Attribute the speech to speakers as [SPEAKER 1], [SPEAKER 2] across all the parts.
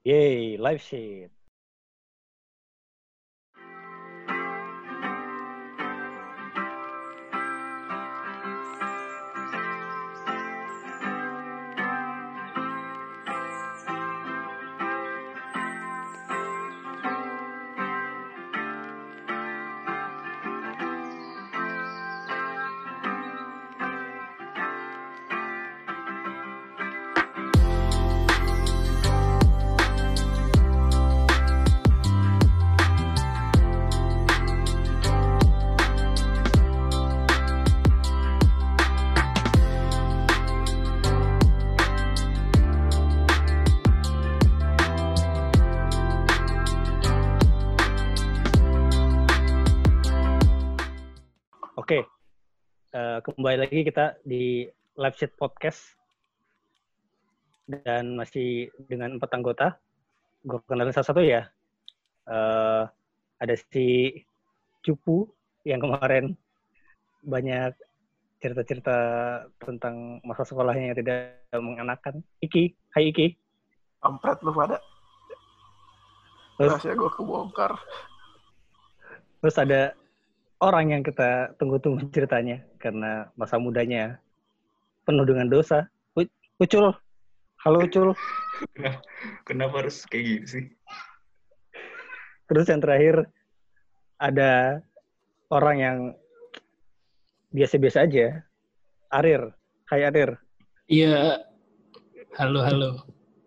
[SPEAKER 1] Yeay, live sheet. Oke, kembali lagi kita di Live Sheet Podcast dan masih dengan 4 anggota. Gue kenalin satu-satu ya. Ada si Cupu yang kemarin banyak cerita-cerita tentang masa sekolahnya yang tidak mengenakan. Iki, hai Iki.
[SPEAKER 2] Kampret lu pada. Rahasia gue kebongkar.
[SPEAKER 1] Terus ada orang yang kita tunggu-tunggu ceritanya karena masa mudanya penuh dengan dosa. Ucul. Halo Ucul.
[SPEAKER 3] Kenapa harus kayak gitu sih?
[SPEAKER 1] Terus yang terakhir ada orang yang biasa-biasa aja. Arir. Hai Arir.
[SPEAKER 4] Iya. Halo.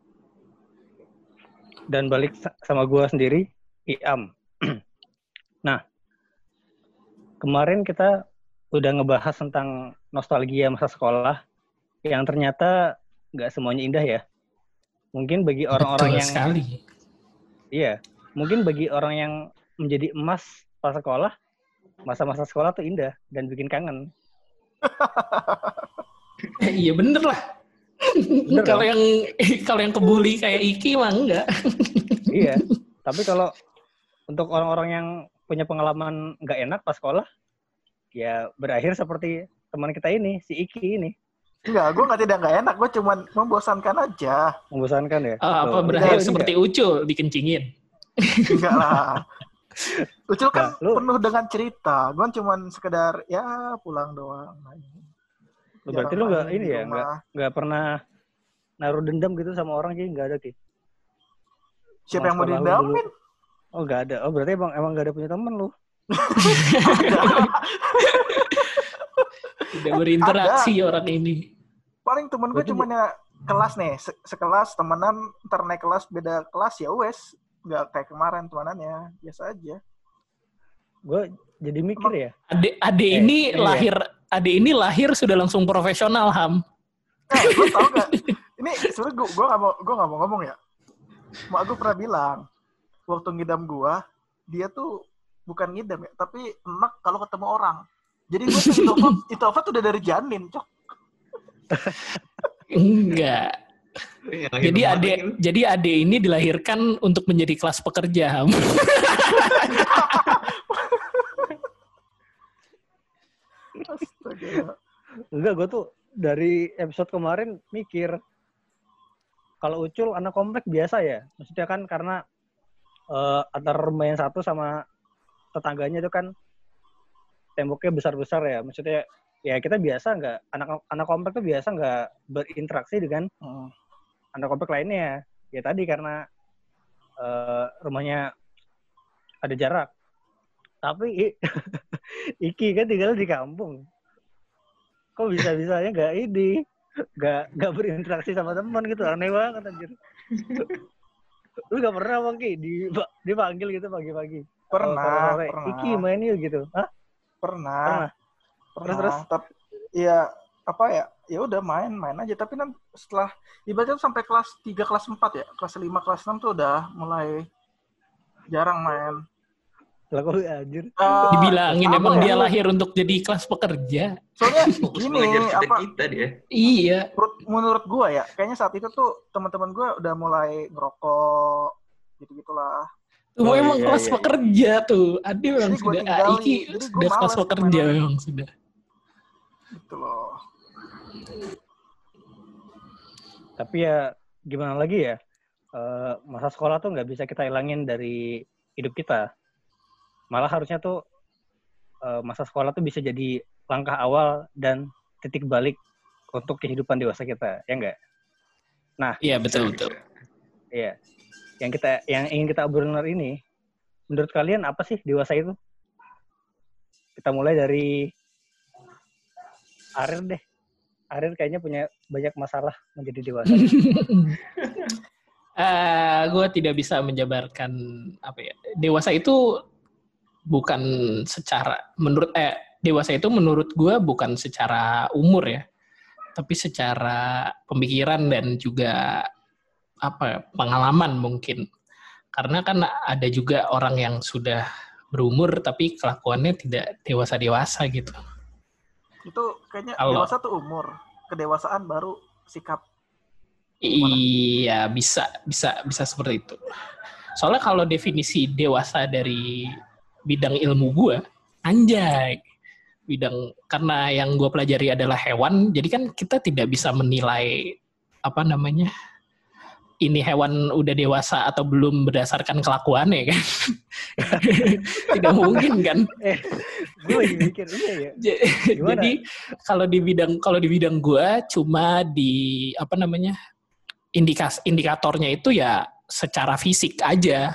[SPEAKER 1] Dan balik sama gua sendiri, Iam. Nah, kemarin kita udah ngebahas tentang nostalgia masa sekolah yang ternyata nggak semuanya indah ya. Mungkin bagi orang-orang yang
[SPEAKER 4] sekali.
[SPEAKER 1] Iya, mungkin bagi orang yang menjadi emas pas sekolah, masa-masa sekolah tuh indah dan bikin kangen.
[SPEAKER 4] Iya bener lah. Kalau yang kebuli kayak Iki mah enggak.
[SPEAKER 1] Iya, tapi kalau untuk orang-orang yang punya pengalaman nggak enak pas sekolah, ya berakhir seperti teman kita ini, si Iki ini.
[SPEAKER 2] Enggak, gue tidak enak, gue cuma membosankan aja.
[SPEAKER 1] Membosankan ya?
[SPEAKER 4] Apa berakhir seperti Ucul, dikencingin?
[SPEAKER 2] Enggak lah. Ucul kan penuh dengan cerita, gue cuma sekedar ya pulang doang.
[SPEAKER 1] Berarti lu nggak ini ya, nggak pernah naruh dendam gitu sama orang sih, nggak ada Ki?
[SPEAKER 2] Siapa yang mau dendamin?
[SPEAKER 1] Oh nggak ada. Oh berarti emang nggak ada punya teman lu?
[SPEAKER 4] Tidak berinteraksi ada. Orang ini.
[SPEAKER 2] Paling temen gue cuma ya kelas nih, sekelas temenan, ntar naik kelas beda kelas ya wes, nggak kayak kemarin temenannya, biasa aja.
[SPEAKER 1] Gue jadi mikir ya.
[SPEAKER 4] Ade ini lahir sudah langsung profesional Ham.
[SPEAKER 2] Gue tau gak? Ini sebenernya gue nggak mau ngomong ya. Mak gue pernah bilang waktu ngidam gue, dia tuh bukan ngidam ya, tapi enak kalau ketemu orang. Jadi gue tuh introvert udah dari janin, cok.
[SPEAKER 4] Enggak. Jadi Ade ini dilahirkan untuk menjadi kelas pekerja.
[SPEAKER 2] Astaga.
[SPEAKER 1] Enggak, gue tuh dari episode kemarin mikir kalau Ucul anak komplek biasa ya. Maksudnya kan karena antar rumah yang satu sama tetangganya itu kan temboknya besar-besar ya. Maksudnya ya kita biasa nggak, anak komplek tuh biasa nggak berinteraksi dengan anak komplek lainnya. Ya tadi karena rumahnya ada jarak. Tapi Iki kan tinggal di kampung. Kok bisa-bisanya nggak berinteraksi sama teman gitu, aneh banget anjir. Lu nggak pernah Bang Ki dipanggil gitu pagi-pagi?
[SPEAKER 2] Pernah.
[SPEAKER 1] Iki main yuk gitu. Hah?
[SPEAKER 2] Pernah.
[SPEAKER 1] Terus
[SPEAKER 2] tapi ya apa ya? Ya udah main aja, tapi kan setelah ibaratnya sampai kelas 3, kelas 4 ya. Kelas 5, kelas 6 tuh udah mulai jarang main.
[SPEAKER 1] Lah kok anjir?
[SPEAKER 4] Dibilangin emang dia lahir untuk jadi kelas pekerja.
[SPEAKER 2] Soalnya gini
[SPEAKER 3] kita dia.
[SPEAKER 4] Iya.
[SPEAKER 2] Menurut gua ya, kayaknya saat itu tuh teman-teman gua udah mulai ngerokok gitu-gitulah.
[SPEAKER 4] Emang kelas pekerja tuh. Ade memang sudah Iki sudah kelas pekerja memang sudah.
[SPEAKER 2] Gitu loh.
[SPEAKER 1] Tapi ya gimana lagi ya? masa sekolah tuh nggak bisa kita hilangin dari hidup kita. Malah harusnya tuh masa sekolah tuh bisa jadi langkah awal dan titik balik untuk kehidupan dewasa kita, ya nggak? Nah,
[SPEAKER 4] Iya betul.
[SPEAKER 1] iya. Yang ingin kita obrolin hari ini, menurut kalian apa sih dewasa itu? Kita mulai dari Arir deh. Arir kayaknya punya banyak masalah menjadi dewasa.
[SPEAKER 4] Gue tidak bisa menjabarkan apa ya. Dewasa itu bukan secara dewasa itu menurut gue bukan secara umur ya, tapi secara pemikiran dan juga pengalaman mungkin. Karena kan ada juga orang yang sudah berumur tapi kelakuannya tidak dewasa-dewasa gitu.
[SPEAKER 2] Itu kayaknya dewasa tuh umur, kedewasaan baru sikap.
[SPEAKER 4] Iya, bisa seperti itu. Soalnya kalau definisi dewasa dari bidang ilmu gue, anjay. Karena yang gue pelajari adalah hewan, jadi kan kita tidak bisa menilai ini hewan udah dewasa atau belum berdasarkan kelakuannya kan. Tidak mungkin kan.
[SPEAKER 1] Gue lagi mikir ya.
[SPEAKER 4] Jadi kalau di bidang gue cuma di indikatornya itu ya secara fisik aja.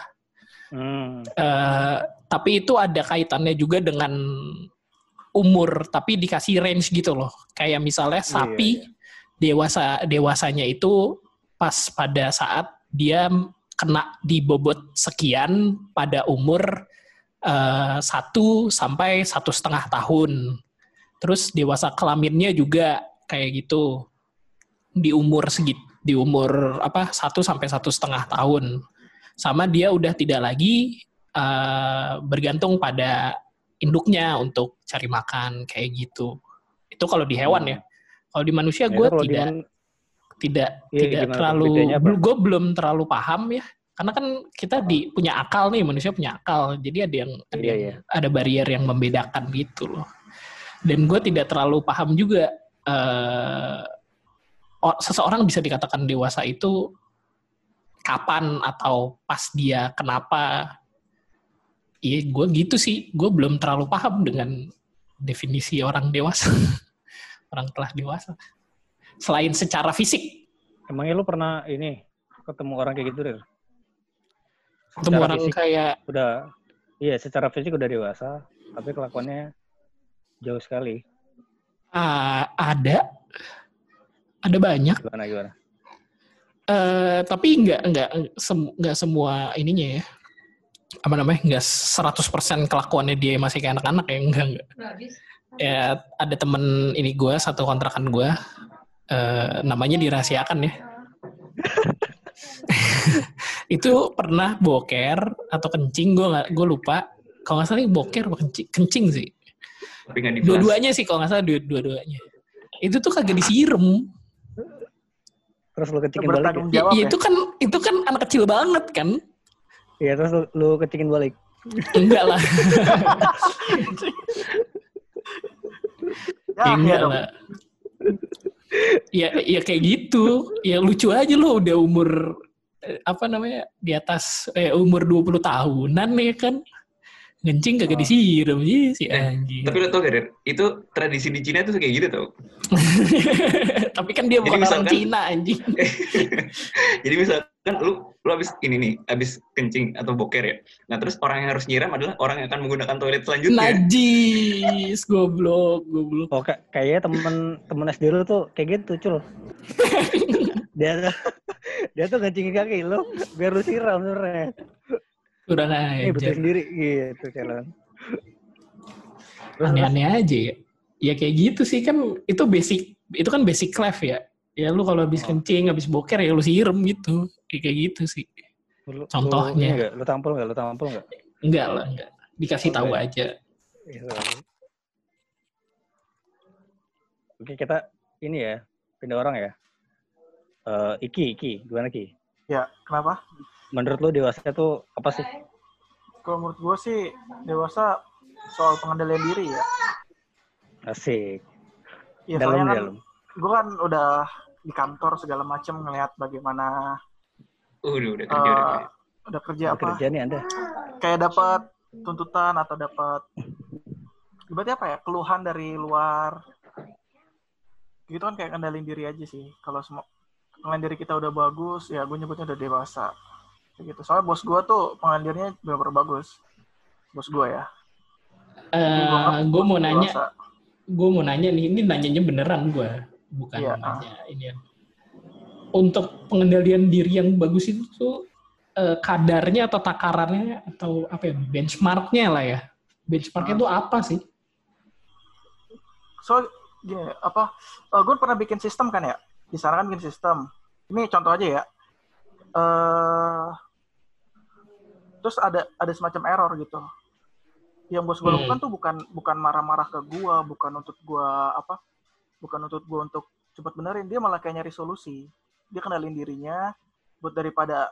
[SPEAKER 4] Tapi itu ada kaitannya juga dengan umur, tapi dikasih range gitu loh. Kayak misalnya sapi dewasanya itu pas pada saat dia kena di bobot sekian pada umur 1 sampai 1,5 tahun. Terus dewasa kelaminnya juga kayak gitu di umur 1 sampai 1,5 tahun. Sama dia udah tidak lagi bergantung pada induknya untuk cari makan kayak gitu. Itu kalau di hewan ya. Kalau di manusia gue tidak terlalu, gue belum terlalu paham ya. Karena kan kita punya akal nih, manusia punya akal. Jadi ada barrier yang membedakan gitu loh. Dan gue tidak terlalu paham juga seseorang bisa dikatakan dewasa itu kapan atau pas dia kenapa. Iya, gue gitu sih. Gue belum terlalu paham dengan definisi orang dewasa. Orang telah dewasa. Selain secara fisik.
[SPEAKER 1] Emangnya lu pernah ketemu orang kayak gitu, Rir?
[SPEAKER 4] Ketemu orang kayak...
[SPEAKER 1] Iya, secara fisik udah dewasa, tapi kelakuannya jauh sekali.
[SPEAKER 4] Ada banyak.
[SPEAKER 1] Gimana?
[SPEAKER 4] Tapi nggak semua ininya ya. Nggak 100% kelakuannya dia masih kayak anak-anak ya, enggak. Ya ada temen ini gue, satu kontrakan gue, namanya dirahasiakan ya. Itu pernah boker atau kencing, gue lupa. Kalau nggak salah boker atau kencing sih. Dua-duanya sih kalau nggak salah, dua-duanya. Itu tuh kagak disiram.
[SPEAKER 1] Terus lu kencingin balik
[SPEAKER 4] ya? Itu kan anak kecil banget kan.
[SPEAKER 1] Iya, terus lu kencingin balik.
[SPEAKER 4] Enggak lah. Enggak lah. Ya kayak gitu. Ya lucu aja lo udah umur di atas umur 20 tahunan ya kan. Ngencing kagak disiram sih anjing.
[SPEAKER 3] Tapi lo tau gak, itu tradisi di Cina tuh kayak gitu tau.
[SPEAKER 4] Tapi kan dia bukan orang Cina anjing.
[SPEAKER 3] Jadi misalkan lu habis habis kencing atau boker ya. Nah terus orang yang harus nyiram adalah orang yang akan menggunakan toilet selanjutnya.
[SPEAKER 4] Najis, goblok.
[SPEAKER 1] Oh, kayaknya temen SD lu tuh kayak gitu, Cul. Dia tuh ngencingin kaki lu biar lu siram sebenarnya.
[SPEAKER 4] Kurang aja.
[SPEAKER 1] Betul sendiri gitu jalan.
[SPEAKER 4] Aneh-aneh aja ya. Ya kayak gitu sih kan, itu kan basic life ya. Ya lu kalau habis kencing, habis boker ya lu siram gitu. Kayak gitu sih. Contohnya.
[SPEAKER 1] Lu tampol nggak?
[SPEAKER 4] Enggak lah. Dikasih tahu aja.
[SPEAKER 1] Oke, kita pindah orang ya. Iki, gimana Ki?
[SPEAKER 2] Ya, kenapa?
[SPEAKER 1] Menurut lu dewasa itu apa sih?
[SPEAKER 2] Kalau menurut gue sih, dewasa soal pengendalian diri ya.
[SPEAKER 1] Asik.
[SPEAKER 2] Iya, soalnya kan gue kan udah di kantor segala macam ngelihat bagaimana
[SPEAKER 3] Udah kerja, udah kerja.
[SPEAKER 2] Udah kerja apa?
[SPEAKER 1] Kerja nih Anda.
[SPEAKER 2] Kayak dapat tuntutan atau dapat berarti apa ya? Keluhan dari luar. Gitu kan kayak kendalin diri aja sih. Kalau semua pengendalian diri kita udah bagus, ya gue nyebutnya udah dewasa. Kayak gitu. Soalnya bos gue tuh pengendaliannya benar-benar bagus. Bos gue ya.
[SPEAKER 4] Gue mau nanya nih, ini nanyanya beneran gue, bukan nanya ini. Untuk pengendalian diri yang bagus itu tuh kadarnya atau takarannya atau apa ya, benchmarknya lah ya. Benchmarknya itu apa sih?
[SPEAKER 2] So gini, gue pernah bikin sistem kan ya. Di sana kan bikin sistem. Ini contoh aja ya. Terus ada semacam error gitu. Yang bos gue lakukan tuh bukan marah-marah ke gue, bukan untuk gue untuk cepat benerin. Dia malah kayak nyari solusi. Dia kenalin dirinya buat daripada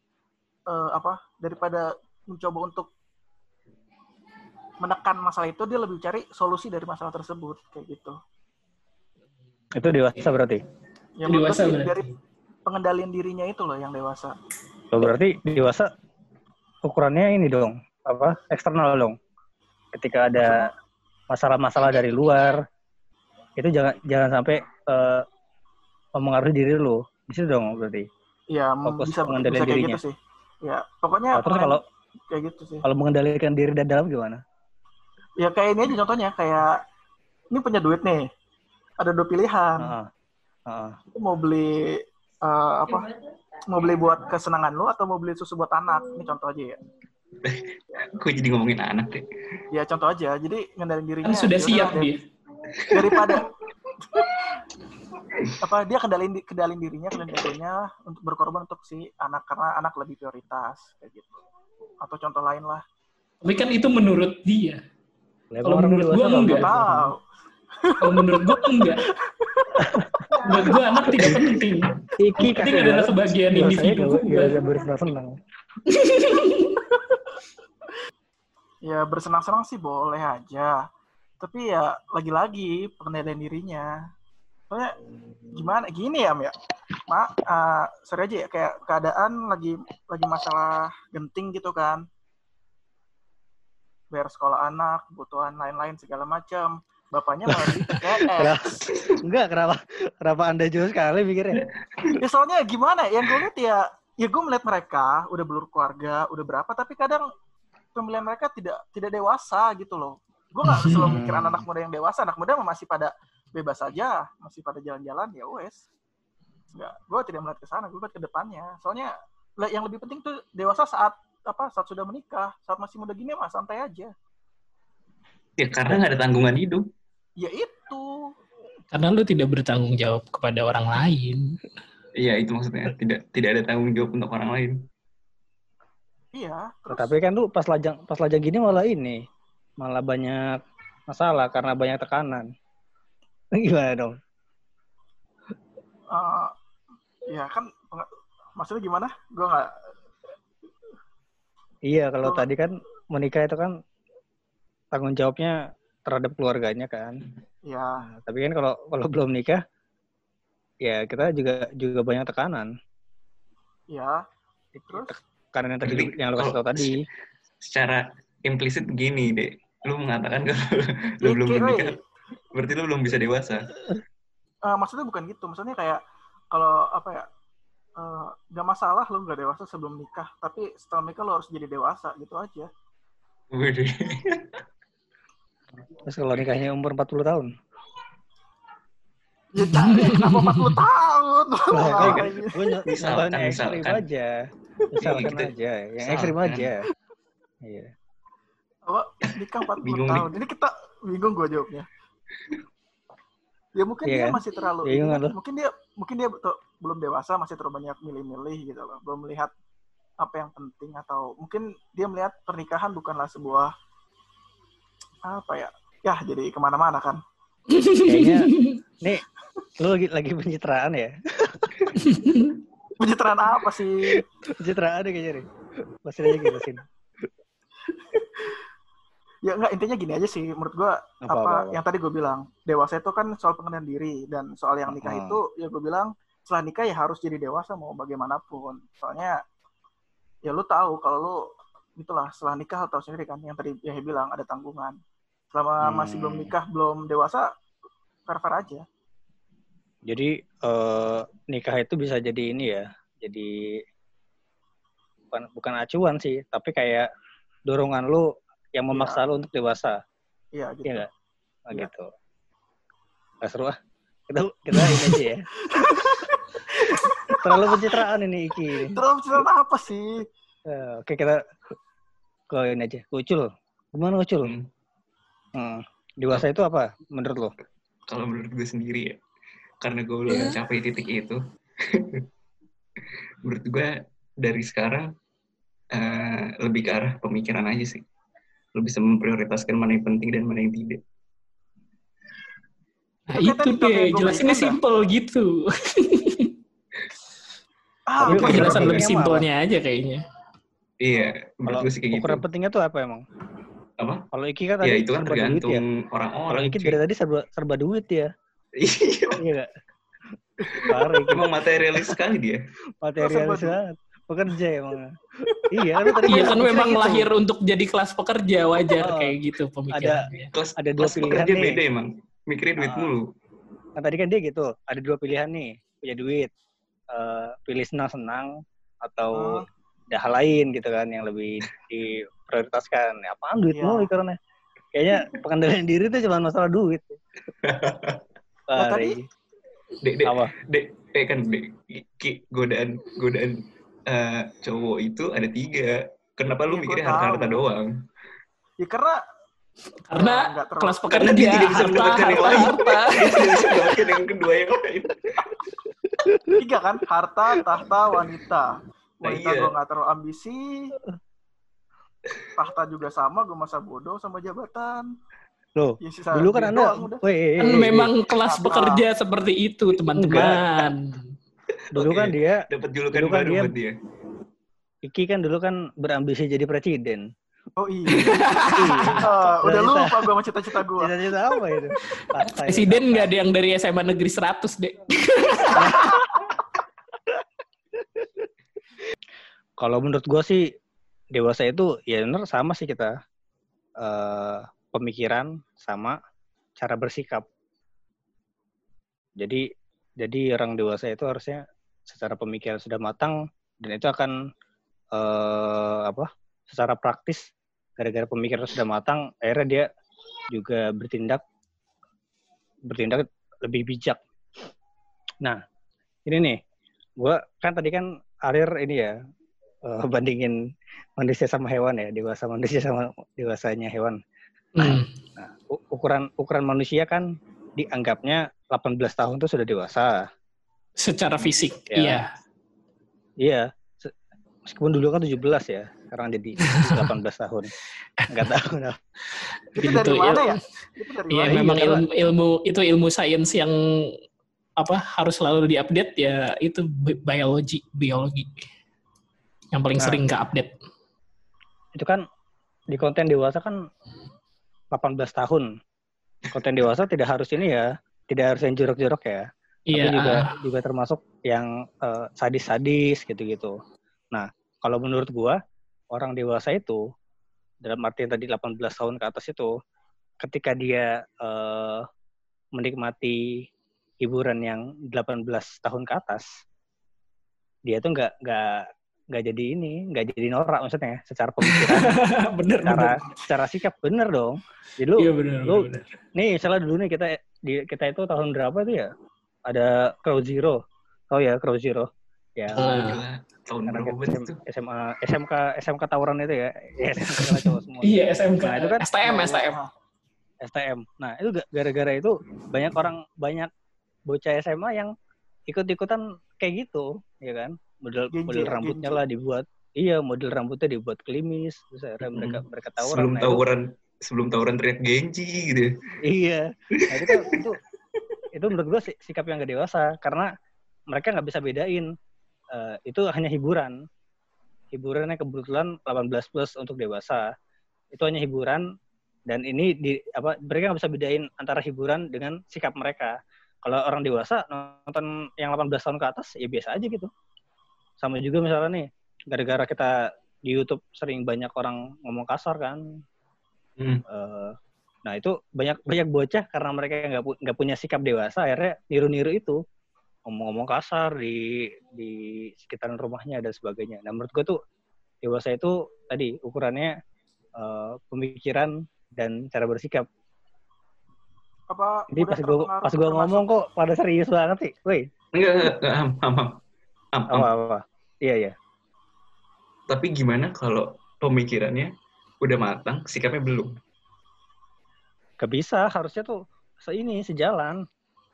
[SPEAKER 2] mencoba untuk menekan masalah itu, dia lebih cari solusi dari masalah tersebut kayak gitu.
[SPEAKER 1] Itu dewasa berarti?
[SPEAKER 2] Yang dewasa berarti. Dari pengendalian dirinya itu loh yang dewasa.
[SPEAKER 1] So, berarti dewasa ukurannya ini dong, eksternal dong. Ketika ada masalah-masalah dari luar, itu jangan sampai mempengaruhi diri lo. Di situ dong berarti.
[SPEAKER 2] Iya, bisa kayak gitu sih. Ya, pokoknya
[SPEAKER 1] terus kalau
[SPEAKER 2] kayak gitu sih.
[SPEAKER 1] Kalau mengendalikan diri dan dalam gimana?
[SPEAKER 2] Ya kayak ini aja contohnya, kayak ini punya duit nih. Ada 2 pilihan. Itu mau beli mau beli buat kesenangan lu atau mau beli susu buat anak. Ini contoh aja ya.
[SPEAKER 3] Gue jadi ngomongin anak deh.
[SPEAKER 2] Ya contoh aja. Jadi ngendalin dirinya.
[SPEAKER 4] Kan sudah siap dia.
[SPEAKER 2] Daripada dia kendalin dirinya untuk berkorban untuk si anak karena anak lebih prioritas kayak gitu. Atau contoh lain lah.
[SPEAKER 4] Tapi kan itu menurut dia. Kalau menurut gue enggak. Kalau menurut gue enggak. Menurut gue anak tidak penting. Penting adalah kebahagiaan individu.
[SPEAKER 1] Gak bersenang-senang.
[SPEAKER 2] Ya bersenang-senang sih boleh aja. Tapi ya lagi-lagi pengendalian dirinya. Soalnya gimana? Gini ya, Mbak. Sorry aja ya, kayak keadaan lagi masalah genting gitu kan. Bayar sekolah anak, kebutuhan lain-lain segala macam. Bapaknya malah PS.
[SPEAKER 1] Enggak, kenapa Anda jauh sekali mikirnya?
[SPEAKER 2] Ya soalnya gimana? Yang gue lihat ya gue melihat mereka udah berkeluarga, udah berapa, tapi kadang pemilihan mereka tidak dewasa gitu loh. Gue nggak selalu mikir anak muda yang dewasa. Anak muda masih pada bebas saja, masih pada jalan-jalan, ya wes. Enggak, gue tidak melihat ke sana, gue lihat ke depannya. Soalnya yang lebih penting tuh dewasa saat sudah menikah, saat masih muda gini mah santai aja.
[SPEAKER 3] Ya karena nggak ada tanggungan hidup.
[SPEAKER 2] Ya itu.
[SPEAKER 4] Karena lu tidak bertanggung jawab kepada orang lain.
[SPEAKER 3] Iya, itu maksudnya. Tidak ada tanggung jawab untuk orang lain.
[SPEAKER 2] Iya. Terus...
[SPEAKER 1] Tapi kan lu pas lajang gini malah banyak masalah karena banyak tekanan. Gimana dong?
[SPEAKER 2] Ya kan, maksudnya gimana? Gue nggak.
[SPEAKER 1] Iya, kalau tadi kan menikah itu kan tanggung jawabnya terhadap keluarganya kan.
[SPEAKER 2] Iya.
[SPEAKER 1] Nah, tapi kan kalau belum nikah, ya kita juga banyak tekanan.
[SPEAKER 2] Iya. Terus?
[SPEAKER 1] Karena yang lu kasih tau tadi.
[SPEAKER 3] Secara implisit begini deh, lu mengatakan kalau lu belum menikah, berarti lu belum bisa dewasa.
[SPEAKER 2] Maksudnya bukan gitu. Maksudnya kayak kalau gak masalah lu gak dewasa sebelum nikah, tapi setelah nikah lu harus jadi dewasa gitu aja.
[SPEAKER 3] Waduh.
[SPEAKER 1] Terus kalau nikahnya umur 40 tahun?
[SPEAKER 2] Ya kenapa 40 tahun?
[SPEAKER 1] Misalkan ekstrim aja. Misalkan aja. Yang ekstrim aja. Iya.
[SPEAKER 2] Nikah 40 tahun. Ini kita bingung gue jawabnya. Ya mungkin dia masih terlalu mungkin dia belum dewasa, masih terlalu banyak milih-milih gitu loh. Belum melihat apa yang penting, atau mungkin dia melihat pernikahan bukanlah sebuah jadi kemana-mana kan.
[SPEAKER 1] Kayaknya nih lu lagi pencitraan ya.
[SPEAKER 2] Pencitraan apa sih?
[SPEAKER 1] Pencitraan kayaknya nih. Masih aja gitu sih.
[SPEAKER 2] Ya enggak, intinya gini aja sih menurut gue, apa yang tadi gue bilang, dewasa itu kan soal pengendalian diri, dan soal yang nikah itu ya gue bilang setelah nikah ya harus jadi dewasa mau bagaimanapun. Soalnya ya lu tahu kalau lu itulah setelah nikah atau sendiri kan yang tadi ya bilang ada tanggungan. Selama masih belum nikah, belum dewasa, fair-fair aja.
[SPEAKER 1] Jadi nikah itu bisa jadi ini ya, jadi bukan acuan sih, tapi kayak dorongan lu yang memaksa lu untuk dewasa.
[SPEAKER 2] Iya gitu.
[SPEAKER 1] Iya nggak? Nah,
[SPEAKER 2] Iya.
[SPEAKER 1] gitu. Nggak seru ah. Kita ini aja ya. Terlalu pencitraan ini Iki.
[SPEAKER 2] Terus cerita apa sih?
[SPEAKER 1] Oke, kita ke ini aja. Ucul. Gimana Ucul? Dewasa itu apa menurut lo?
[SPEAKER 3] Kalau menurut gue sendiri ya, karena gue udah capai titik itu, menurut gue dari sekarang lebih ke arah pemikiran aja sih. Lo bisa memprioritaskan mana yang penting dan mana yang tidak.
[SPEAKER 4] Nah, itu deh, jelasinnya simple gitu.
[SPEAKER 1] Tapi
[SPEAKER 4] penjelasan lebih simpelnya aja kayaknya.
[SPEAKER 3] Iya, menurut gue sih kayak gitu.
[SPEAKER 1] Ukuran pentingnya tuh apa emang?
[SPEAKER 3] Apa?
[SPEAKER 1] Kalau Iki kan tadi
[SPEAKER 3] ya itu kan tergantung
[SPEAKER 1] ya?
[SPEAKER 3] orang-orang.
[SPEAKER 1] Kalau Iki dari tadi serba duit ya.
[SPEAKER 3] Iya.
[SPEAKER 1] Iya nggak? Parah Iki.
[SPEAKER 3] Emang materialis sekali dia.
[SPEAKER 1] Materialis banget. Pekerja emang. Iya
[SPEAKER 4] kan memang gitu. Lahir untuk jadi kelas pekerja, wajar kayak gitu pemikirannya.
[SPEAKER 1] Ada dua pilihan nih.
[SPEAKER 3] Beda emang. Mikirin duit mulu.
[SPEAKER 1] Kan tadi kan dia gitu. Ada dua pilihan nih. Punya duit. Pilih senang-senang atau ada hal lain gitu kan yang lebih diprioritaskan. Apaan duit mulu karena kayaknya pengendalian diri itu cuma masalah duit.
[SPEAKER 2] Tadi
[SPEAKER 3] godaan cowok itu ada 3. Kenapa lu mikirnya harta doang?
[SPEAKER 2] Ya karena
[SPEAKER 4] kelas pekerja dia tidak bisa mendapatkan yang lain.
[SPEAKER 3] Dia tidak bisa mendapatkan yang kedua yang lain.
[SPEAKER 2] 3 kan, harta, tahta, wanita. Wanita gue nggak terlalu ambisi. Tahta juga sama, gue masa bodoh sama jabatan.
[SPEAKER 1] Loh, dulu kan Anda
[SPEAKER 4] memang kelas pekerja seperti itu, teman-teman.
[SPEAKER 1] Dulu kan dia
[SPEAKER 3] dapat julukan baru buat dia.
[SPEAKER 1] Iki kan dulu kan berambisi jadi presiden.
[SPEAKER 2] Oh iya. Udah lupa gue sama cita-cita gue.
[SPEAKER 1] Cita-cita apa itu?
[SPEAKER 4] Presiden nggak ada yang dari SMA Negeri 100 deh.
[SPEAKER 1] Kalau menurut gue sih dewasa itu ya benar sama sih kita. Pemikiran sama cara bersikap. Jadi orang dewasa itu harusnya secara pemikiran sudah matang dan itu akan secara praktis gara-gara pemikiran sudah matang akhirnya dia juga bertindak lebih bijak. Nah, ini nih, gue kan tadi kan Arir ini ya bandingin manusia sama hewan ya, dewasa manusia sama dewasanya hewan. Nah, ukuran manusia kan dianggapnya 18 tahun itu sudah dewasa.
[SPEAKER 4] Secara fisik, iya.
[SPEAKER 1] Iya. Meskipun dulu kan 17 ya, sekarang jadi 18 tahun. Enggak tahu.
[SPEAKER 2] Itu dari mana ya?
[SPEAKER 4] Iya, memang ilmu sains yang harus selalu diupdate ya, itu biologi yang paling sering ke-update. Itu
[SPEAKER 1] kan di konten dewasa kan 18 tahun. Konten dewasa tidak harus ini ya, tidak harus yang jorok-jorok ya. Tapi juga termasuk yang sadis-sadis gitu-gitu. Nah, kalau menurut gua, orang dewasa itu, dalam artian tadi 18 tahun ke atas itu, ketika dia menikmati hiburan yang 18 tahun ke atas, dia tuh nggak jadi norak maksudnya, secara pemikiran, secara sikap bener dong. Jadi lu nih, misalnya dulu nih kita itu tahun berapa itu ya? Ada Crowd Zero. Oh ya, Crowd Zero. Ya.
[SPEAKER 3] Tahun berapa itu?
[SPEAKER 1] SMK tawuran itu ya. SMK cowok semua.
[SPEAKER 4] Iya, SMK.
[SPEAKER 1] Nah, itu kan
[SPEAKER 4] STM.
[SPEAKER 1] Nah, itu gara-gara itu banyak bocah SMA yang ikut-ikutan kayak gitu, ya kan? Model rambutnya lah dibuat. Iya, model rambutnya dibuat klimis, terus akhirnya mereka tawuran.
[SPEAKER 3] Sebelum tawuran teriak Genji gitu.
[SPEAKER 1] Iya. Nah, itu menurut gue sikap yang gak dewasa karena mereka nggak bisa bedain itu hanya hiburannya kebetulan 18 plus untuk dewasa, itu hanya hiburan dan ini mereka nggak bisa bedain antara hiburan dengan sikap mereka. Kalau orang dewasa nonton yang 18 tahun ke atas ya biasa aja gitu. Sama juga misalnya nih, gara-gara kita di YouTube sering banyak orang ngomong kasar kan. Nah itu banyak bocah karena mereka nggak punya sikap dewasa, akhirnya niru-niru itu, ngomong-ngomong kasar di sekitaran rumahnya dan sebagainya. Nah menurut gue tuh dewasa itu tadi ukurannya pemikiran dan cara bersikap.
[SPEAKER 2] Apa
[SPEAKER 1] Jadi pas gue ngomong kok pada serius banget sih, woi.
[SPEAKER 3] Enggak,
[SPEAKER 1] Apa? Iya.
[SPEAKER 3] Tapi gimana kalau pemikirannya udah matang, sikapnya belum?
[SPEAKER 1] Gak bisa, harusnya tuh sejalan.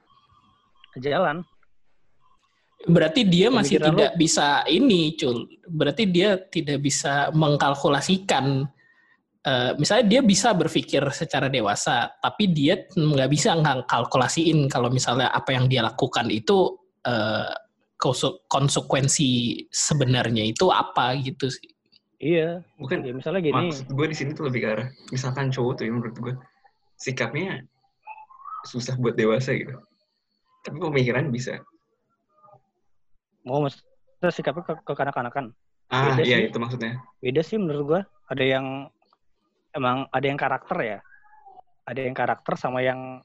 [SPEAKER 4] Berarti dia masih
[SPEAKER 1] Pemikiran
[SPEAKER 4] tidak bisa ini, Cul. Berarti dia tidak bisa mengkalkulasikan. Misalnya dia bisa berpikir secara dewasa, tapi dia nggak bisa ngekalkulasiin kalau misalnya apa yang dia lakukan itu konsekuensi sebenarnya itu apa gitu sih.
[SPEAKER 1] Iya.
[SPEAKER 3] Bukan.
[SPEAKER 1] Ya, misalnya gini.
[SPEAKER 3] Maksud gue di sini tuh lebih ke arah, misalkan cowok tuh ya menurut gue sikapnya susah buat dewasa gitu, tapi pemikiran bisa.
[SPEAKER 1] Maksudnya sikapnya ke kanak-kanakan.
[SPEAKER 3] Iya sih. Itu maksudnya. Beda
[SPEAKER 1] sih menurut gue. Ada yang karakter ya. Ada yang karakter sama yang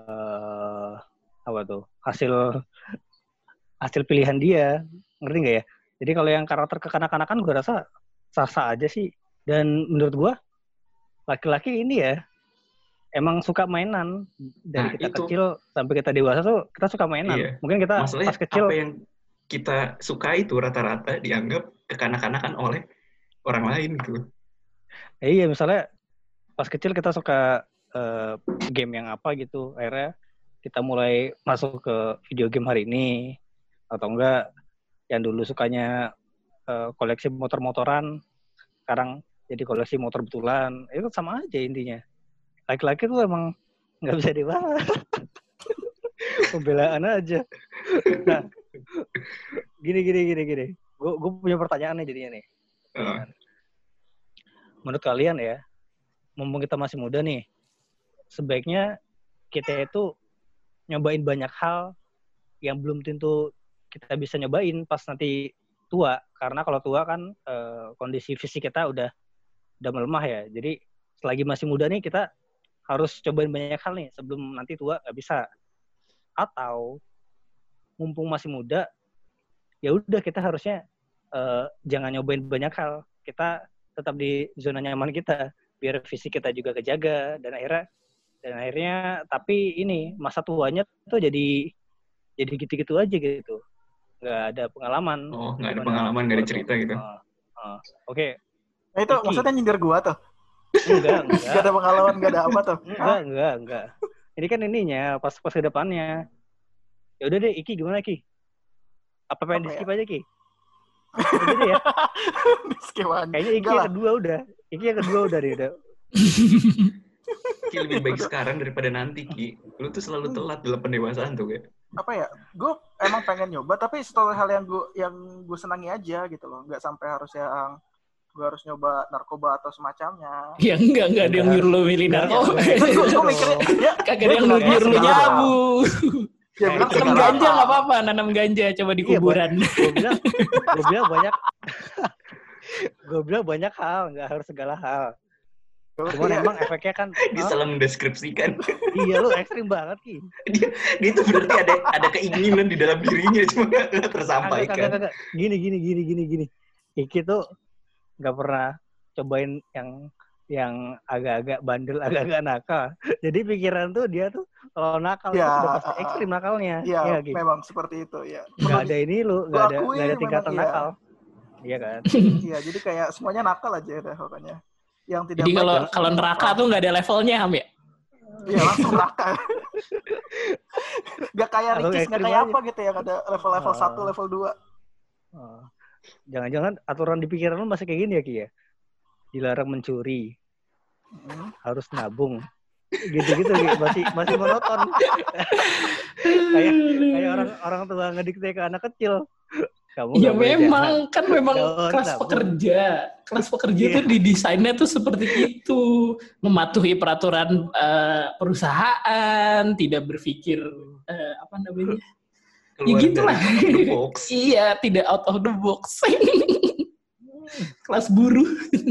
[SPEAKER 1] hasil pilihan dia. Ngerti nggak ya? Jadi kalau yang karakter ke kanak-kanakan gue rasa sah-sah aja sih. Dan menurut gue laki-laki ini ya emang suka mainan. Dari kita kecil sampai kita dewasa tuh kita suka mainan. Iya. Mungkin kita
[SPEAKER 3] masalahnya
[SPEAKER 1] pas kecil
[SPEAKER 3] apa yang kita suka itu rata-rata dianggap kekanak-kanakan oleh orang lain gitu.
[SPEAKER 1] Iya, misalnya pas kecil kita suka game yang apa gitu, akhirnya kita mulai masuk ke video game hari ini, atau enggak yang dulu sukanya koleksi motor-motoran, sekarang jadi koleksi motor betulan, itu sama aja intinya. Laki-laki tuh emang nggak bisa dibahas. Pembelaan aja. Nah, gini. Gue punya pertanyaan nih jadinya nih. Menurut kalian ya, mumpung kita masih muda nih, sebaiknya kita itu nyobain banyak hal yang belum tentu kita bisa nyobain pas nanti tua. Karena kalau tua kan kondisi fisik kita udah melemah ya. Jadi selagi masih muda nih kita harus cobain banyak hal nih sebelum nanti tua nggak bisa. Atau mumpung masih muda, ya udah kita harusnya jangan nyobain banyak hal. Kita tetap di zona nyaman kita biar fisik kita juga kejaga dan akhirnya tapi ini masa tuanya tuh jadi gitu-gitu aja gitu, nggak ada pengalaman.
[SPEAKER 3] Nggak ada pengalaman, nggak ada cerita gitu.
[SPEAKER 1] Oke.
[SPEAKER 2] Nah itu Iki. Maksudnya nyindir gua tuh?
[SPEAKER 1] Enggak.
[SPEAKER 2] Nggak ada pengalaman, nggak ada apa tuh?
[SPEAKER 1] Enggak. Ini kan ininya pas ke depannya. Ya udah deh, Iki gimana Ki? Apa pengen di skip aja Ki? Udah deh ya. Kayaknya Iki yang kedua udah. Iki yang kedua udah deh.
[SPEAKER 3] Ki lebih baik sekarang daripada nanti Ki. Lu tuh selalu telat dalam pendewasaan tuh kayak.
[SPEAKER 2] Apa ya? Gue emang pengen nyoba, tapi setelah hal yang gue senangi aja gitu loh. Nggak sampai harus yang gue harus nyoba narkoba atau semacamnya.
[SPEAKER 4] Ya enggak ada yang nyuruh lo milih narkoba.
[SPEAKER 2] Gue mikirnya
[SPEAKER 4] kagak ada yang nyuruh lo nyabu.
[SPEAKER 2] Ya,
[SPEAKER 4] nanam ganja nggak apa-apa, nanam ganja coba di kuburan.
[SPEAKER 1] Gue bilang banyak hal, nggak harus segala hal. Cuman emang efeknya kan
[SPEAKER 3] disalah mendeskripsikan.
[SPEAKER 1] Iya, lu ekstrim banget Ki.
[SPEAKER 3] Dia tuh berarti ada keinginan di dalam dirinya cuma nggak tersampaikan.
[SPEAKER 1] Gini. Iki tuh nggak pernah cobain yang agak-agak bandel, agak-agak nakal. Jadi pikiran tuh dia tuh kalau nakal itu udah pasti ekstrim nakalnya.
[SPEAKER 2] Iya, memang seperti itu ya.
[SPEAKER 1] Nggak ada ini lu, nggak ada tingkatan nakal. Iya kan?
[SPEAKER 2] Iya, jadi kayak semuanya nakal aja ya pokoknya. Yang tidak.
[SPEAKER 4] Jadi kalau neraka tuh nggak ada levelnya, Ham ya?
[SPEAKER 2] Iya, langsung neraka. Gak kayak Ricis, gak kayak apa gitu ya, ada level 1, level 2.
[SPEAKER 1] Jangan-jangan aturan di pikiran lu masih kayak gini ya Ki ya? Dilarang mencuri. Harus nabung. Gitu-gitu masih monoton. kayak orang tua ngedikte ke anak kecil.
[SPEAKER 4] Ya memang kan memang kelas pekerja itu didesainnya tuh seperti itu, mematuhi peraturan perusahaan, tidak berpikir apa namanya? Ya
[SPEAKER 3] Keluar
[SPEAKER 4] gitulah.
[SPEAKER 3] dari out of the box.
[SPEAKER 4] Iya, tidak out of the box. Kelas buruh.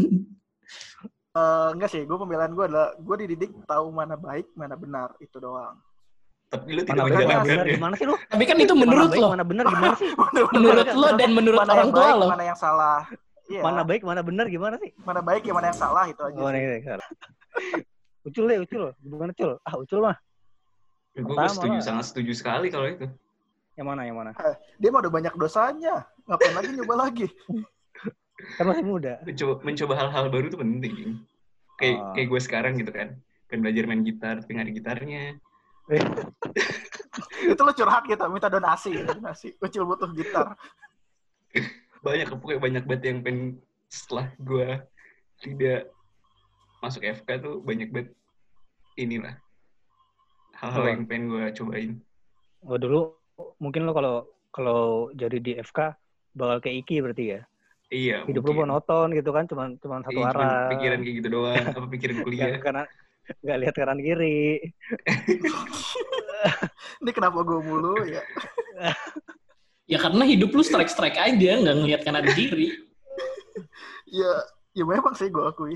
[SPEAKER 2] Enggak sih, gue pembelaan gue adalah gue dididik tahu mana baik, mana benar, itu doang.
[SPEAKER 3] Tapi lu
[SPEAKER 1] Mana
[SPEAKER 3] tidak
[SPEAKER 1] baik, mana benar
[SPEAKER 3] menjalankannya.
[SPEAKER 1] gimana sih lu?
[SPEAKER 4] Tapi kan itu menurut
[SPEAKER 1] Mana baik,
[SPEAKER 4] lo.
[SPEAKER 1] mana benar gimana sih?
[SPEAKER 4] Menurut lo dan menurut
[SPEAKER 2] Mana
[SPEAKER 4] orang
[SPEAKER 2] yang
[SPEAKER 4] tua
[SPEAKER 2] baik,
[SPEAKER 4] lo.
[SPEAKER 2] mana yang salah. Iya.
[SPEAKER 1] Mana baik, mana benar gimana sih?
[SPEAKER 2] Mana baik ya mana yang salah itu aja.
[SPEAKER 1] Oh,
[SPEAKER 2] sih.
[SPEAKER 1] nih, salah. Ucul deh, Ucul. Gimana, Cul? Ucul mah.
[SPEAKER 3] Gue
[SPEAKER 1] Pertama
[SPEAKER 3] setuju,
[SPEAKER 1] lah.
[SPEAKER 3] sangat setuju sekali kalau itu.
[SPEAKER 1] Yang mana, yang mana?
[SPEAKER 2] Dia mah udah banyak dosanya. Ngapain lagi nyoba lagi?
[SPEAKER 1] Kan masih muda.
[SPEAKER 3] Mencoba hal-hal baru tuh penting. Kayak gue sekarang gitu kan. Pengen belajar main gitar, tapi nggak ada gitarnya.
[SPEAKER 2] Itu lo curhat gitu, minta donasi. Ucil butuh gitar.
[SPEAKER 3] Pokoknya banyak banget yang pengen setelah gue tidak masuk FK tuh banyak banget inilah hal-hal
[SPEAKER 1] Apa?
[SPEAKER 3] yang pengen gue cobain.
[SPEAKER 1] Oh, dulu mungkin lo kalau jadi di FK bakal kayak Iki berarti ya.
[SPEAKER 3] Iya,
[SPEAKER 1] Hidup lo
[SPEAKER 3] mungkin.
[SPEAKER 1] monoton gitu kan, cuman satu
[SPEAKER 3] Iya, cuman
[SPEAKER 1] arah.
[SPEAKER 3] pikiran kayak gitu doang, apa pikiran kuliah.
[SPEAKER 1] Nggak lihat kanan kiri.
[SPEAKER 2] Ini kenapa gue mulu ya?
[SPEAKER 4] Ya karena hidup lu strike aja, nggak ngelihat kanan kiri.
[SPEAKER 2] Ya memang sih gue akui.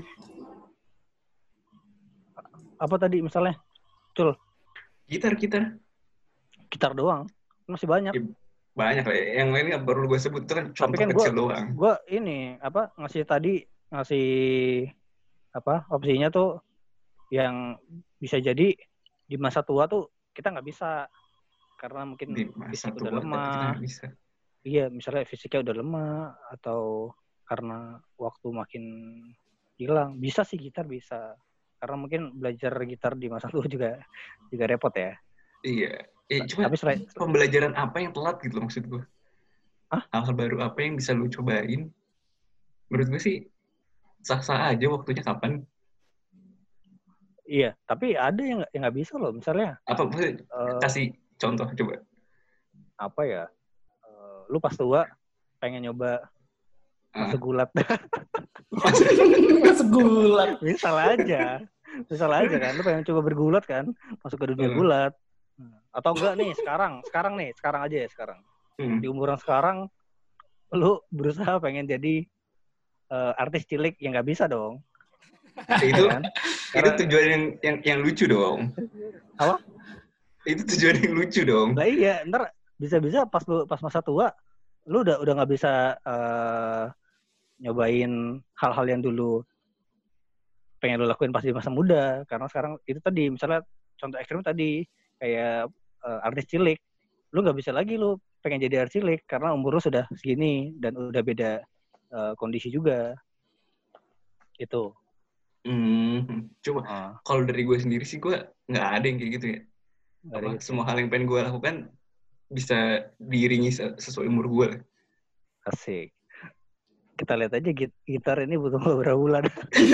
[SPEAKER 1] Apa tadi misalnya? Cul,
[SPEAKER 3] Gitar.
[SPEAKER 1] gitar doang. Masih banyak.
[SPEAKER 3] Ya, banyak lah. Yang lain nggak perlu gue sebut, itu kan
[SPEAKER 1] Tapi
[SPEAKER 3] contoh
[SPEAKER 1] kan
[SPEAKER 3] kecil doang.
[SPEAKER 1] gue ini ngasih opsinya tuh yang bisa jadi di masa tua tuh kita nggak bisa karena mungkin
[SPEAKER 3] Di masa
[SPEAKER 1] fisik
[SPEAKER 3] tua,
[SPEAKER 1] udah
[SPEAKER 3] tapi kita
[SPEAKER 1] lemah.
[SPEAKER 3] nggak bisa.
[SPEAKER 1] Iya, misalnya fisiknya udah lemah atau karena waktu makin hilang. Bisa sih gitar bisa. Karena mungkin belajar gitar di masa tua juga repot ya.
[SPEAKER 3] Iya. Cuma
[SPEAKER 1] Tapi selain
[SPEAKER 3] pembelajaran apa yang telat gitu loh maksud gue.
[SPEAKER 1] Hah?
[SPEAKER 3] Hal-hal baru apa yang bisa lu cobain? Menurut gue sih sah-sah aja waktunya kapan.
[SPEAKER 1] iya, tapi ada yang nggak bisa loh. Misalnya
[SPEAKER 3] Apa kasih contoh coba.
[SPEAKER 1] apa ya? Lu pas tua pengen nyoba masuk gulat.
[SPEAKER 4] Masuk gulat.
[SPEAKER 1] Misal aja kan. Lu pengen coba bergulat kan, masuk ke dunia gulat. Atau enggak nih sekarang aja ya sekarang. Di umuran sekarang lu berusaha pengen jadi artis cilik yang nggak bisa dong.
[SPEAKER 3] Itu
[SPEAKER 1] Kan?
[SPEAKER 3] itu tujuan yang lucu dong.
[SPEAKER 1] Apa?
[SPEAKER 3] Itu tujuan yang lucu dong.
[SPEAKER 1] Lah iya, ntar bisa-bisa pas masa tua lu udah nggak bisa nyobain hal-hal yang dulu pengen lu lakuin pas di masa muda, karena sekarang itu tadi misalnya contoh ekstrim tadi kayak artis cilik, lu nggak bisa lagi lu pengen jadi artis cilik karena umur lu sudah segini dan udah beda kondisi juga itu.
[SPEAKER 3] Coba kalau dari gue sendiri sih gue nggak ada yang kayak gitu ya. Semua hal yang pengen gue lakukan bisa diiringi sesuai umur gue.
[SPEAKER 1] Asik. Kita lihat aja gitar ini butuh beberapa bulan.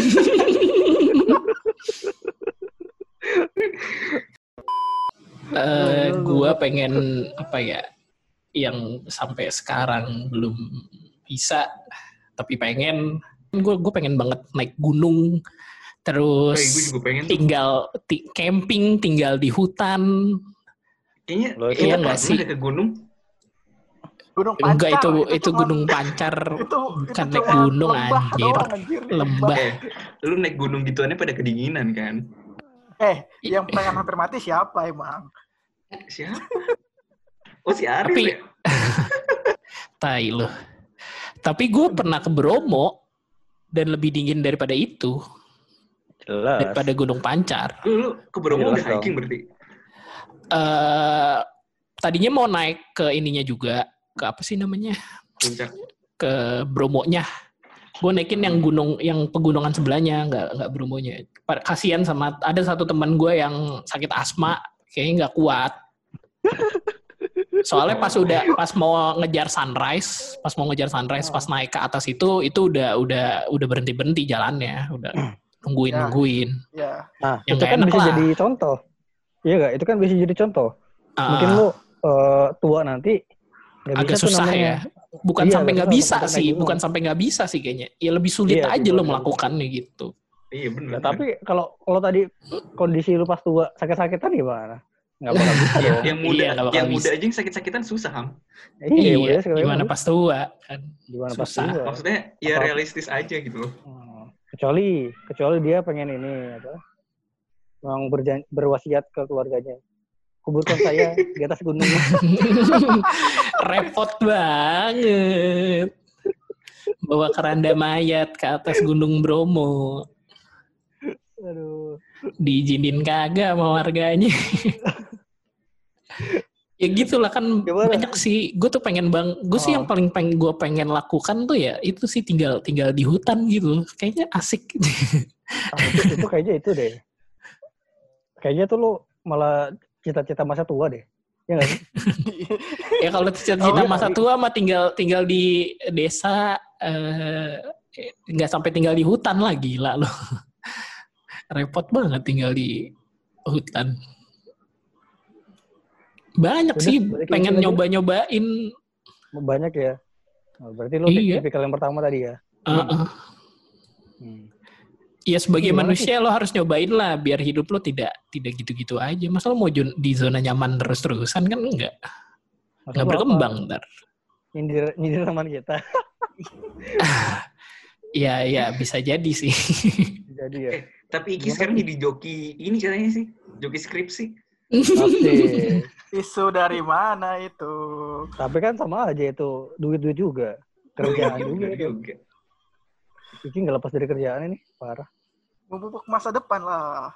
[SPEAKER 4] Gua pengen apa ya, yang sampai sekarang belum bisa, tapi pengen. Gue pengen banget naik gunung, terus
[SPEAKER 3] gue juga pengen
[SPEAKER 4] tinggal camping, tinggal di hutan.
[SPEAKER 3] Kayaknya
[SPEAKER 4] nggak sih?
[SPEAKER 3] Ke gunung.
[SPEAKER 2] Gunung Pancar.
[SPEAKER 4] Enggak, itu Gunung Pancar. Bukan naik gunung, anjir. Lembah.
[SPEAKER 3] Lu naik gunung gituannya pada kedinginan kan?
[SPEAKER 2] Yang pengen hampir mati siapa emang?
[SPEAKER 3] Siapa? Oh, si Arif
[SPEAKER 4] Tapi,
[SPEAKER 3] ya?
[SPEAKER 4] tai lu. Tapi gue pernah ke Bromo dan lebih dingin daripada itu.
[SPEAKER 1] Jelas.
[SPEAKER 4] Daripada Gunung Pancar.
[SPEAKER 3] Lu ke Bromo udah hiking berarti?
[SPEAKER 4] Tadinya mau naik ke ininya juga, ke apa sih namanya?
[SPEAKER 3] Puncak.
[SPEAKER 4] Ke Bromonya. Gue naikin yang pegunungan sebelahnya, nggak Bromonya. Kasian sama ada satu teman gue yang sakit asma, kayaknya nggak kuat. Soalnya pas mau ngejar sunrise, pas naik ke atas itu udah berhenti jalannya, udah nungguin.
[SPEAKER 2] Ya.
[SPEAKER 1] Nah, itu kan bisa jadi contoh. Iya nggak? Itu kan bisa jadi contoh. Mungkin lu tua nanti
[SPEAKER 4] agak susah ya. Bukan sampai nggak bisa sih kayaknya. Ya lebih sulit aja lo melakukannya gitu.
[SPEAKER 3] Iya benar.
[SPEAKER 1] Tapi kalau tadi kondisi lu pas tua sakit-sakitan gimana? Nggak bakal bisa
[SPEAKER 3] Iya,
[SPEAKER 1] dong.
[SPEAKER 3] yang muda,
[SPEAKER 4] nggak bakal
[SPEAKER 3] yang muda
[SPEAKER 4] bisa.
[SPEAKER 3] aja yang sakit-sakitan susah, Ham.
[SPEAKER 1] Iya,
[SPEAKER 4] Iya,
[SPEAKER 1] sekarang
[SPEAKER 4] gimana pas tua kan?
[SPEAKER 1] Gimana pas
[SPEAKER 4] Susah.
[SPEAKER 1] tua?
[SPEAKER 3] Maksudnya ya
[SPEAKER 1] Apa-apa.
[SPEAKER 3] realistis aja gitu loh.
[SPEAKER 1] Kecuali dia pengen ini apa? Mau berwasiat ke keluarganya. Kuburkan saya di atas gunung.
[SPEAKER 4] Repot banget. Bawa keranda mayat ke atas Gunung Bromo.
[SPEAKER 1] Aduh.
[SPEAKER 4] Diizinin kagak sama warganya. Ya gitulah kan.
[SPEAKER 1] Gimana?
[SPEAKER 4] Banyak sih. Gue tuh pengen gue sih yang paling gue pengen lakukan tuh ya itu sih tinggal di hutan gitu. Kayaknya asik.
[SPEAKER 1] Itu kayaknya itu deh. Kayaknya tuh lo malah cita-cita masa tua deh. Ya nggak sih?
[SPEAKER 4] Ya kalau cita-cita masa tua mah tinggal di desa, nggak sampai tinggal di hutan lah, gila loh. Repot banget tinggal di hutan. Banyak
[SPEAKER 1] Udah,
[SPEAKER 4] sih
[SPEAKER 1] aja.
[SPEAKER 4] pengen nyoba-nyobain.
[SPEAKER 1] Banyak ya. Berarti lo tipikal yang pertama tadi ya.
[SPEAKER 4] Ya sebagai manusia lo harus nyobain lah biar hidup lo tidak gitu-gitu aja. Masa lo mau di zona nyaman terus-terusan kan enggak berkembang ntar.
[SPEAKER 1] Nyindir teman kita.
[SPEAKER 4] Ya bisa jadi sih.
[SPEAKER 1] Jadi ya.
[SPEAKER 3] Tapi Iki sekarang jadi joki ini katanya sih, joki skripsi.
[SPEAKER 2] Isu dari mana itu?
[SPEAKER 1] Tapi kan sama aja itu, duit juga, kerjaan juga. Iki nggak lepas dari kerjaan ini, parah.
[SPEAKER 2] Memupuk masa depan lah.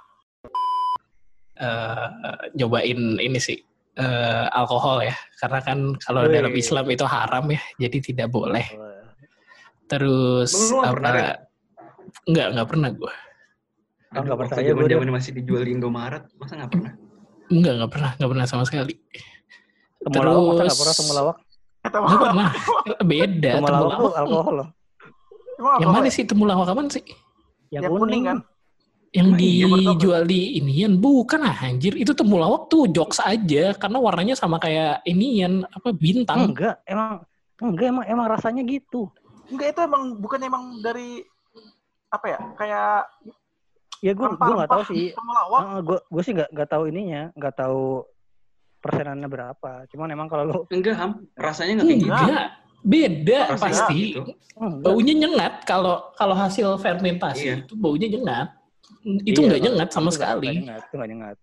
[SPEAKER 4] Nyobain ini sih, alkohol ya, karena kan kalau dalam Islam itu haram ya, jadi tidak boleh. Terus apa? Nggak pernah gue.
[SPEAKER 3] Nggak percaya. Zaman masih dijual di Indomaret, masa nggak pernah?
[SPEAKER 4] Nggak pernah sama sekali.
[SPEAKER 1] Temulawak, masa nggak pernah temulawak?
[SPEAKER 4] Nggak pernah. Beda.
[SPEAKER 1] Temulawak tuh alkohol loh.
[SPEAKER 4] Yang mana sih temulawak kapan sih?
[SPEAKER 2] Yang kuning kan?
[SPEAKER 4] Yang dijual di inian bukan anjir, itu temulawak tuh jokes aja karena warnanya sama kayak inian apa bintang.
[SPEAKER 1] Enggak, emang rasanya gitu.
[SPEAKER 2] Enggak, itu bukan dari apa ya? Kayak
[SPEAKER 1] ya gue nggak tahu sih. Gue sih nggak tahu ininya, nggak tahu persenannya berapa. Cuman emang kalau lo
[SPEAKER 3] enggak Ham, rasanya nggak kayak gitu.
[SPEAKER 4] Beda rasanya pasti.
[SPEAKER 3] Gitu.
[SPEAKER 4] Baunya nyengat kalau hasil fermentasi itu baunya nyengat. Itu nggak nyengat sama sekali.
[SPEAKER 1] Itu nggak nyengat.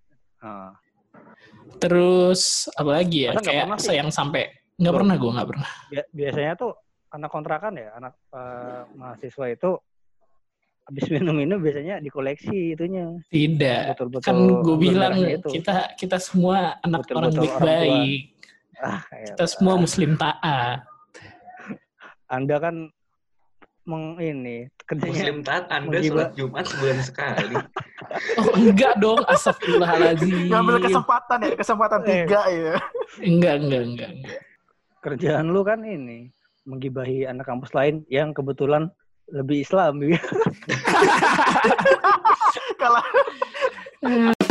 [SPEAKER 4] Terus apa lagi ya? Kayak yang sampai nggak pernah.
[SPEAKER 1] Biasanya tuh anak kontrakan ya, anak mahasiswa itu habis minum biasanya dikoleksi itunya.
[SPEAKER 4] Tidak. Betul-betul kan gue bilang kita semua anak orang baik-baik. Kita semua muslim taat.
[SPEAKER 3] Anda
[SPEAKER 1] Anda kan
[SPEAKER 3] kerjanya muslim taat, Anda sholat Jumat sebulan sekali.
[SPEAKER 4] Oh enggak dong, astagfirullahaladzim.
[SPEAKER 2] Ngambil kesempatan 3 ya.
[SPEAKER 4] Enggak.
[SPEAKER 1] Kerjaan lu kan menggibahi anak kampus lain yang kebetulan lebih Islam.
[SPEAKER 2] Kalau